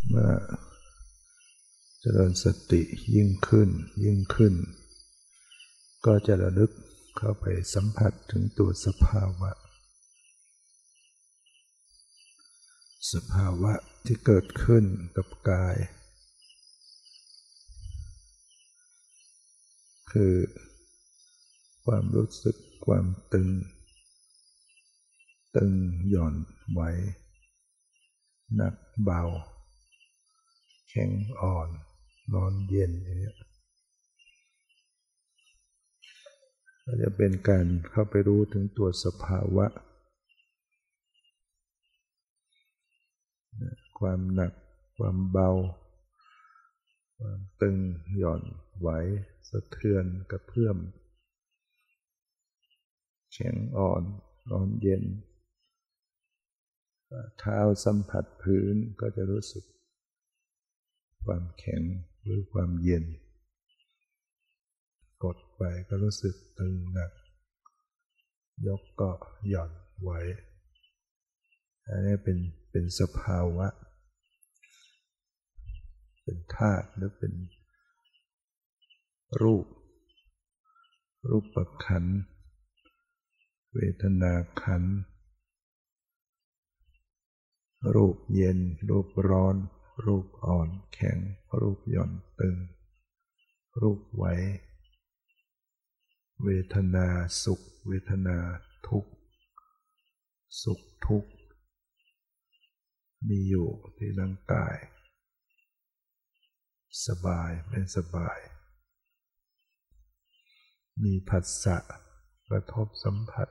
เมื่อเจริญสติยิ่งขึ้นก็จะระลึกเข้าไปสัมผัสถึงตัวสภาวะที่เกิดขึ้นกับกายคือความรู้สึกความตึงหย่อนไหวหนักเบาแข็งอ่อนร้อนเย็นอย่างนี้ก็จะเป็นการเข้าไปรู้ถึงตัวสภาวะความหนักความเบาความตึงหย่อนไหวสะเทือนกระเพื่อมแข็งอ่อนร้อนเย็นเท้าสัมผัสพื้นก็จะรู้สึกความแข็งหรือความเย็นกดไปก็รู้สึกตึงหนักยกก็หย่อนไหวอันนี้เป็นสภาวะเป็นธาตุหรือเป็นรูปขันธ์เวทนาขันธ์รูปเย็นรูปร้อนรูปอ่อนแข็งรูปหย่อนตึงรูปไหวเวทนาสุขเวทนาทุกข์สุขทุกข์มีอยู่ที่ร่างกายสบายไม่สบายมีผัสสะกระทบสัมผัส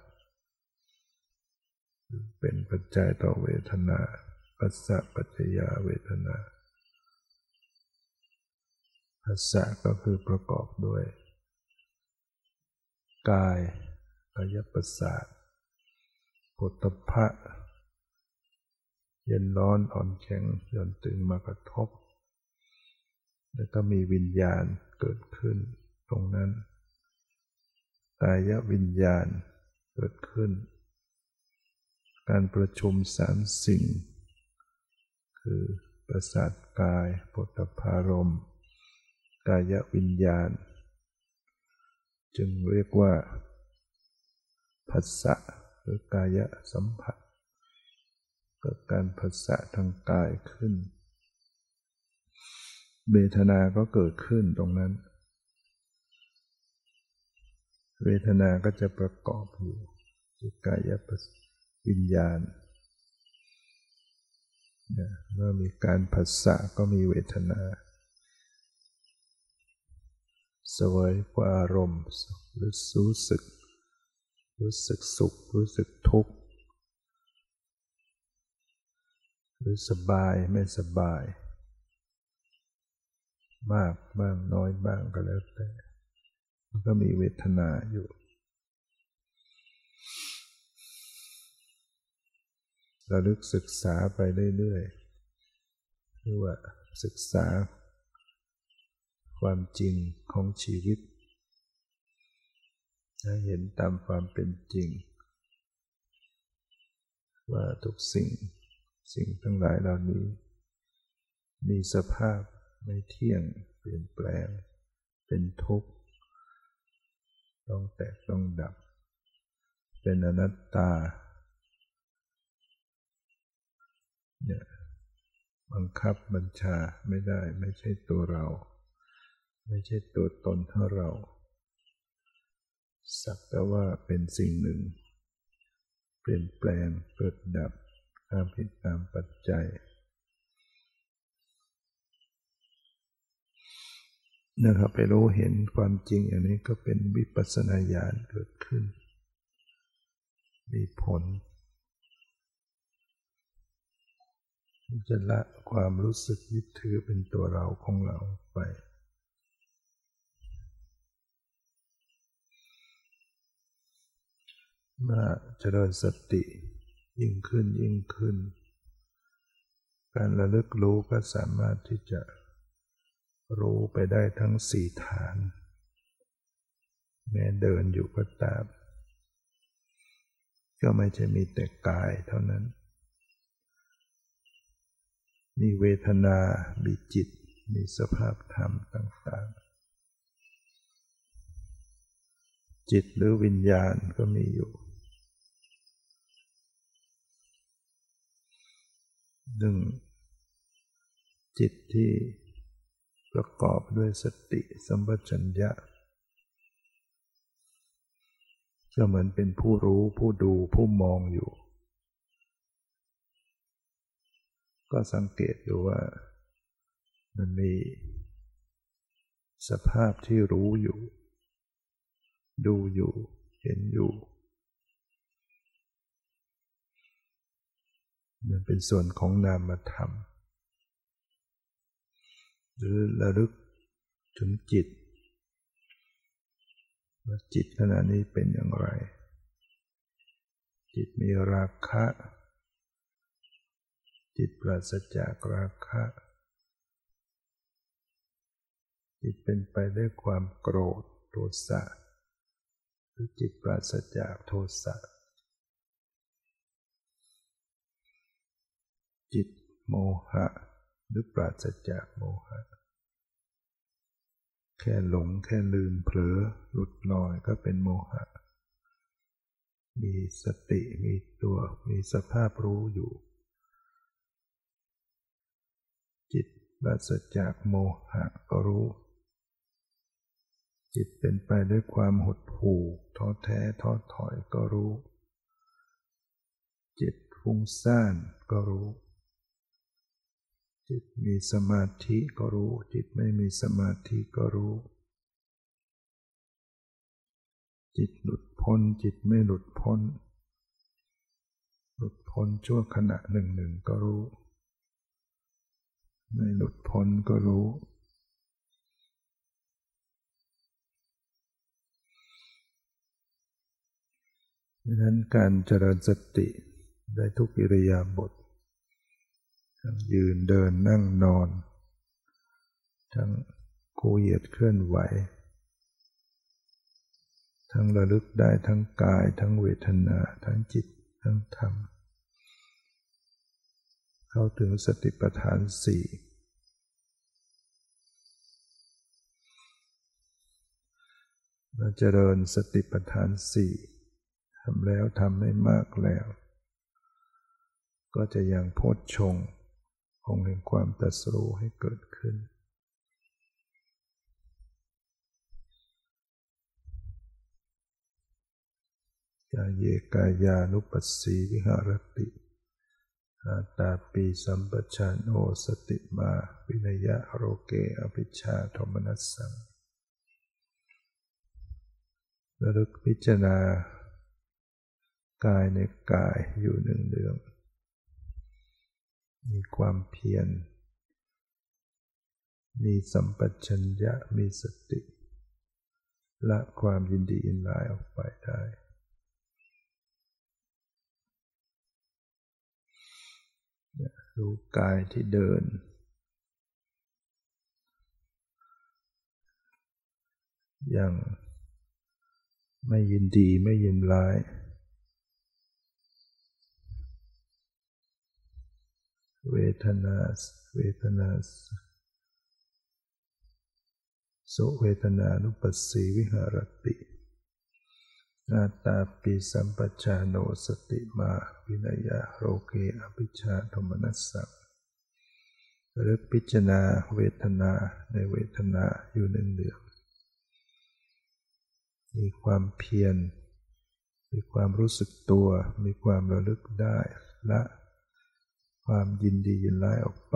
เป็นปัจจัยต่อเวทนาผัสสะปัจจยาเวทนาผัสสะก็คือประกอบด้วยกายประสาทโผฏฐัพพะเย็นร้อนอ่อนแข็งหย่อนตึงมากระทบแล้วก็มีวิญญาณเกิดขึ้นตรงนั้นกายวิญญาณเกิดขึ้นการประชุมสามสิ่งคือประสาทกายโผฏฐัพพารมณ์กายวิญญาณจึงเรียกว่าผัสสะหรือกายสัมผัสเกิดการผัสสะทางกายขึ้นเวทนาก็เกิดขึ้นตรงนั้นเวทนาก็จะประกอบอยู่ที่กายวิญญาณเมื่อมีการผัสสะก็มีเวทนาเสวยอารมณ์หรือรู้สึกสุขรู้สึกทุกข์หรือสบายไม่สบายมากบ้างน้อยบ้างก็แล้วแต่มันก็มีเวทนาอยู่ระลึกศึกษาไปเรื่อยๆคือว่าศึกษาความจริงของชีวิตให้เห็นตามความเป็นจริงว่าทุกสิ่งทั้งหลายเหล่านี้มีสภาพไม่เที่ยงเปลี่ยนแปลงเป็นทุกข์ต้องแตกต้องดับเป็นอนัตตาเนี่ยบังคับบัญชาไม่ได้ไม่ใช่ตัวเราไม่ใช่ตัวตนของเราสักแต่ว่าเป็นสิ่งหนึ่งเปลี่ยนแปลงเกิดดับตามเหตุตามปัจจัยนะครับไปรู้เห็นความจริงอย่างนี้ก็เป็นวิปัสสนาญาณเกิดขึ้นมีผลจะละความรู้สึกยึดถือเป็นตัวเราของเราไปเมื่อเจริญสติยิ่งขึ้นการระลึกรู้ก็สามารถที่จะรู้ไปได้ทั้งสี่ฐานแม้เดินอยู่ก็ตามก็ไม่ใช่มีแต่กายเท่านั้นมีเวทนามีจิตมีสภาพธรรมต่างๆจิตหรือวิญญาณก็มีอยู่ซึ่งจิตที่ประกอบด้วยสติสัมปชัญญะก็เหมือนเป็นผู้รู้ผู้ดูผู้มองอยู่ก็สังเกตดูว่ามันมีสภาพที่รู้อยู่ดูอยู่เห็นอยู่มันเป็นส่วนของนามธรรมหรือระลึกถึงจิตว่าจิตขณะนี้เป็นอย่างไรจิตมีราคะจิตปราศจากราคะจิตเป็นไปด้วยความโกรธโทสะหรือจิตปราศจากโทสะจิตโมหะหรือปราศจากโมหะแค่หลงแค่ลืมเผลอหลุดลอยก็เป็นโมหะมีสติมีตัวมีสภาพรู้อยู่จิตปราศจากโมหะก็รู้จิตเป็นไปด้วยความหดหู่ท้อแท้ท้อถอยก็รู้จิตฟุ้งซ่านก็รู้จิตมีสมาธิก็รู้จิตไม่มีสมาธิก็รู้จิตหลุดพ้นจิตไม่หลุดพ้นหลุดพ้นชั่วขณะหนึ่งก็รู้ไม่หลุดพ้นก็รู้ดังนั้นการเจริญสติได้ทุกอิริยาบถทั้งยืนเดินนั่งนอนทั้งคู่เหยียดเคลื่อนไหวทั้งระลึกได้ทั้งกายทั้งเวทนาทั้งจิตทั้งธรรมเข้าถึงสติปัฏฐานสี่เราเจริญสติปัฏฐานสี่ทำแล้วทำให้มากแล้วก็จะยังโพชฌงค์องค์แห่งความตรัสรู้ให้เกิดขึ้นกายเยกายานุปัสสีวิหารติอาตาปีสัมปชัญโนสติมาวินยะโรเกอภิชฌาโทมนัสสังระลึกพิจารณากายในกายอยู่เนืองๆมีความเพียรมีสัมปชัญญะมีสติละความยินดียินร้ายออกไปได้รู้กายที่เดินอย่างไม่ยินดีไม่ยินร้ายเวทนาสุเวทนานุปัสสีวิหารติอาตาปิสัมปชาโนสติมาวินยะโรเกอภิชฌาโทมนัสสังระลึกพิจารณาเวทนาในเวทนาอยู่เนืองๆมีความเพียรมีความรู้สึกตัวมีความระลึกได้ละความยินดียินร้ายออกไป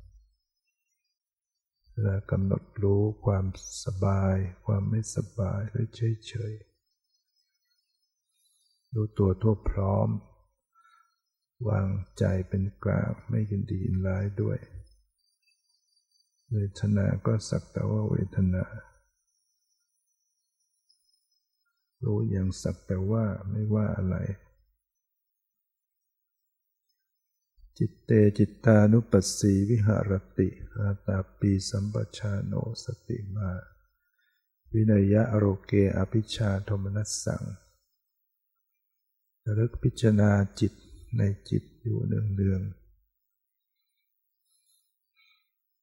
และกำหนดรู้ความสบายความไม่สบายหรือเฉยๆรู้ตัวทั่วพร้อมวางใจเป็นกลางไม่ยินดียินร้ายด้วยเวทนาก็สักแต่ว่าเวทนารู้อย่างสักแต่ว่าไม่ว่าอะไรจิตเตจิตตานุปัสสีวิหารติอาตาปีสัมปชาโนสติมาวินยะโรเกอภิชฌาโทมนัสสังระลึกพิจารณาจิตในจิตอยู่เนือง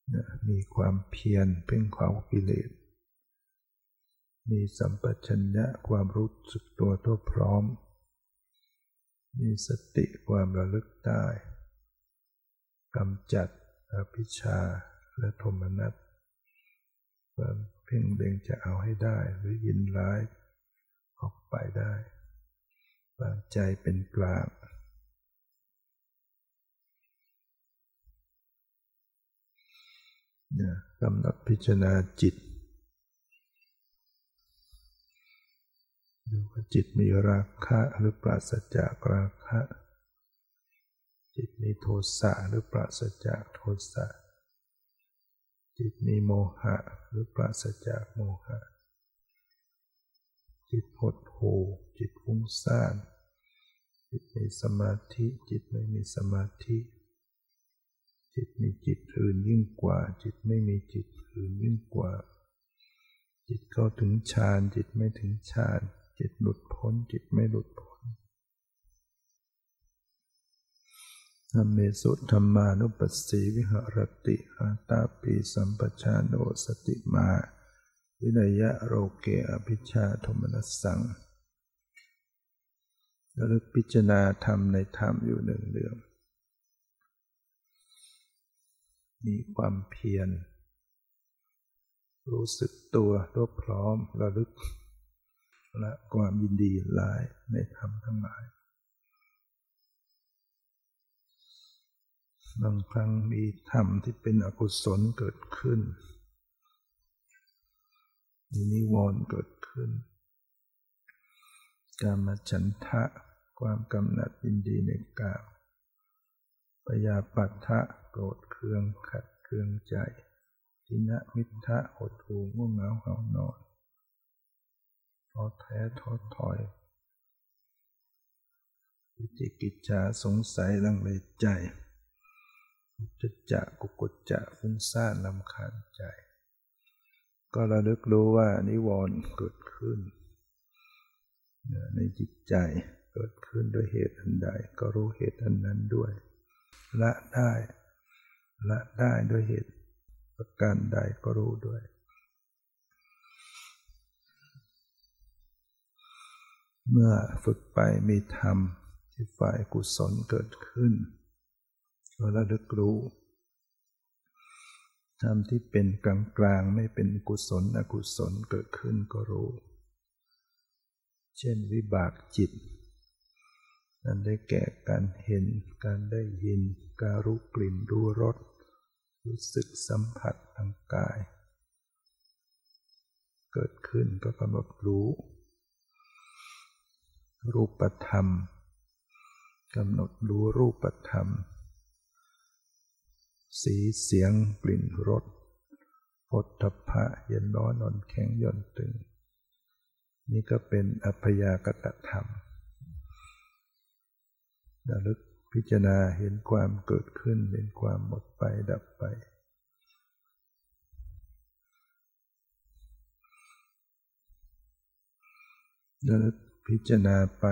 มีความเพียรเพ่งเผากิเลสมีสัมปชัญญะความรู้สึกตัวทั่วพร้อมมีสติความระลึกได้กำจัดอภิชาและโทมนัสความเพ่งเล็งจะเอาให้ได้หรือยินร้ายออกไปได้วางใจเป็นกลางกำหนดพิจารณาจิตดูว่าจิตมีราคะหรือปราศจากราคะจิตมีโทสะหรือปราศจากโทสะจิตมีโมหะหรือปราศจากโมหะจิตหดหู่จิตฟุ้งซ่านจิตมีสมาธิจิตไม่มีสมาธิจิตมีจิตอื่นยิ่งกว่าจิตไม่มีจิตอื่นยิ่งกว่าจิตเข้าถึงฌานจิตไม่ถึงฌานจิตหลุดพ้นจิตไม่หลุดพ้นธัมเมสุธัมมานุปัสสีวิหรติอาตาปิสัมปชานโนสติมาวินัยะโรเกอภิชฌาโทมนัสสังระลึกพิจารณาธรรมในธรรมอยู่เนืองๆมีความเพียรรู้สึกตัวทั่วพร้อมระลึกละความยินดีหลายในธรรมทั้งหลายบางครั้งมีธรรมที่เป็นอกุศลเกิดขึ้นมีนิวรณ์เกิดขึ้นกามฉันทะความกำหนัดยินดีในกามพยาปัฏฐะโกรธเคืองขัดเคืองใจทินมิทธะหดหู่ง่วงเหงาหาวนอนท้อแท้ท้อถอยวิจิกิจฉาสงสัยลังเลใจอุจจจะกุกุจจะฟุ้งซ่านรำคาญใจก็ระลึกรู้ว่านิวรณ์เกิดขึ้นในจิตใจเกิดขึ้นด้วยเหตุอันใดก็รู้เหตุอันนั้นด้วยละได้ด้วยเหตุประการใดก็รู้ด้วยเมื่อฝึกไปมีธรรมที่ฝ่ายกุศลเกิดขึ้นก็ระลึกรู้ธรรมที่เป็นกลางๆไม่เป็นกุศลอกุศลเกิดขึ้นก็รู้เช่นวิบากจิตนั้นได้แก่การเห็นการได้ยินการรู้กลิ่นรู้รสรู้สึกสัมผัสทางกายเกิดขึ้นก็กำหนดรู้รูปธรรมกำหนดรู้รูปธรรมสีเสียงกลิ่นรสโผฏฐัพพะเย็นร้อนอ่อนแข็งหย่อนตึงนี่ก็เป็นอัพยากตธรรมระลึกพิจารณาเห็นความเกิดขึ้นเห็นความหมดไปดับไประลึกพิจารณาไป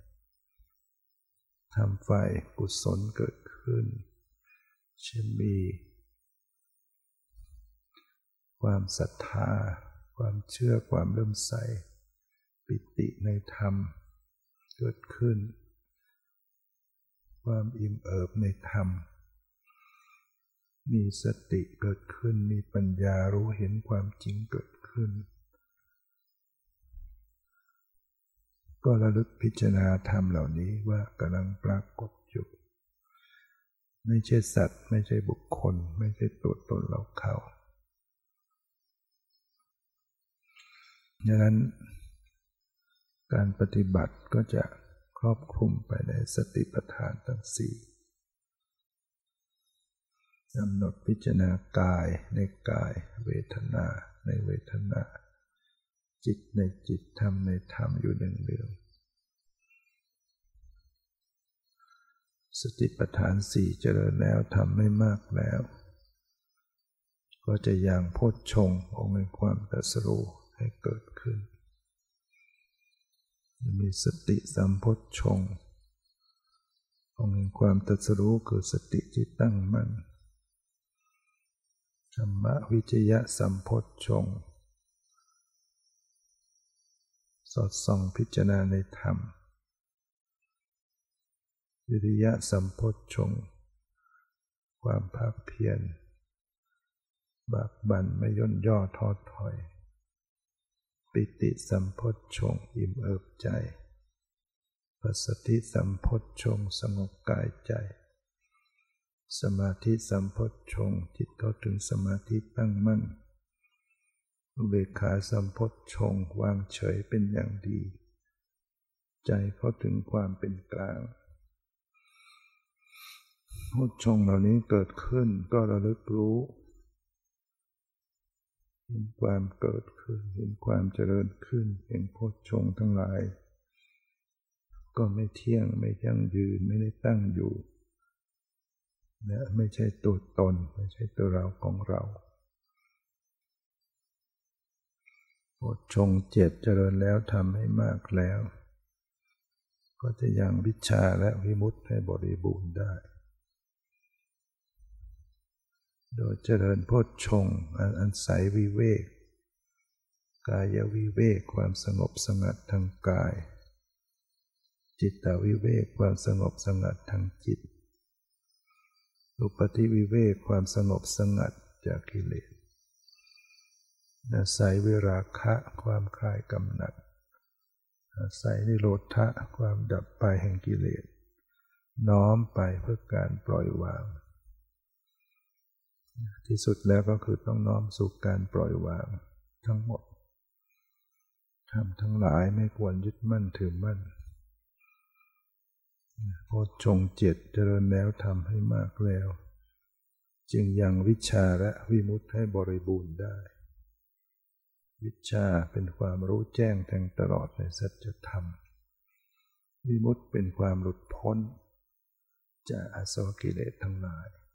ทำฝ่ายกุศลเกิดขึ้นเช่นมีความศรัทธาความเชื่อความเลื่อมใสปิติในธรรมเกิดขึ้นความอิ่มเอิบในธรรมมีสติเกิดขึ้นมีปัญญารู้เห็นความจริงเกิดขึ้นก็ระลึกพิจารณาธรรมเหล่านี้ว่ากำลังปรากฏอยู่ไม่ใช่สัตว์ไม่ใช่บุคคลไม่ใช่ตัวตนเราเขาดังนั้นการปฏิบัติก็จะครอบคลุมไปในสติปัฏฐานทั้งสี่กำหนดพิจารณากายในกายเวทนาในเวทนาจิตในจิตธรรมในธรรมอยู่เนืองๆสติปัฏฐานสี่เจริญแล้วทำไม่มากแล้วก็จะยังโพชฌงค์องค์แห่งความตรัสรู้ให้เกิดขึ้นมีสติสัมโพชฌงค์องค์แห่งความตรัสรู้คือสติที่ตั้งมั่นธรรมวิจยะสัมโพชฌงค์สอดส่องพิจารณาในธรรมวิริยะสัมโพชฌงค์ความภาคเพียรบากบั่นไม่ย่นย่อท้อถอยปิติสัมโพชฌงค์อิ่มเอิบใจปัสสติสัมโพชฌงค์สงบกายใจสมาธิสัมโพชฌงค์จิตเข้าถึงสมาธิตั้งมั่นอุเบกขาสัมโพชฌงค์วางเฉยเป็นอย่างดีใจเข้าถึงความเป็นกลางโพชฌงค์เหล่านี้เกิดขึ้นก็ระลึกรู้เห็นความเกิดขึ้นเห็นความเจริญขึ้นเห็นโพชฌงค์ทั้งหลายก็ไม่เที่ยงไม่ยั่งยืนไม่ได้ตั้งอยู่และไม่ใช่ตัวตนไม่ใช่ตัวเราของเราโพชฌงค์7เจริญแล้วทำให้มากแล้วก็จะยังวิชชาและวิมุตติให้บริบูรณ์ได้โดยเจริญโพชฌงค์อาศัยวิเวกกายวิเวกความสงบสงัดทางกายจิตตวิเวกความสงบสงัดทางจิตอุปธิวิเวกความสงบสงัดจากกิเลสอาศัยวิราคะความคลายกำหนัดอาศัยนิโรธะความดับไปแห่งกิเลสน้อมไปเพื่อการปล่อยวางที่สุดแล้วก็คือต้องน้อมสู่การปล่อยวางทั้งหมดธรรมทั้งหลายไม่ควรยึดมั่นถือมั่นโพชฌงค์7เจริญแล้วทำให้มากแล้วจึงยังวิชชาและวิมุตติให้บริบูรณ์ได้วิชชาเป็นความรู้แจ้งแทงตลอดในสัจธรรมวิมุตติเป็นความหลุดพ้นจากอาสวะกิเลสทั้งหลาย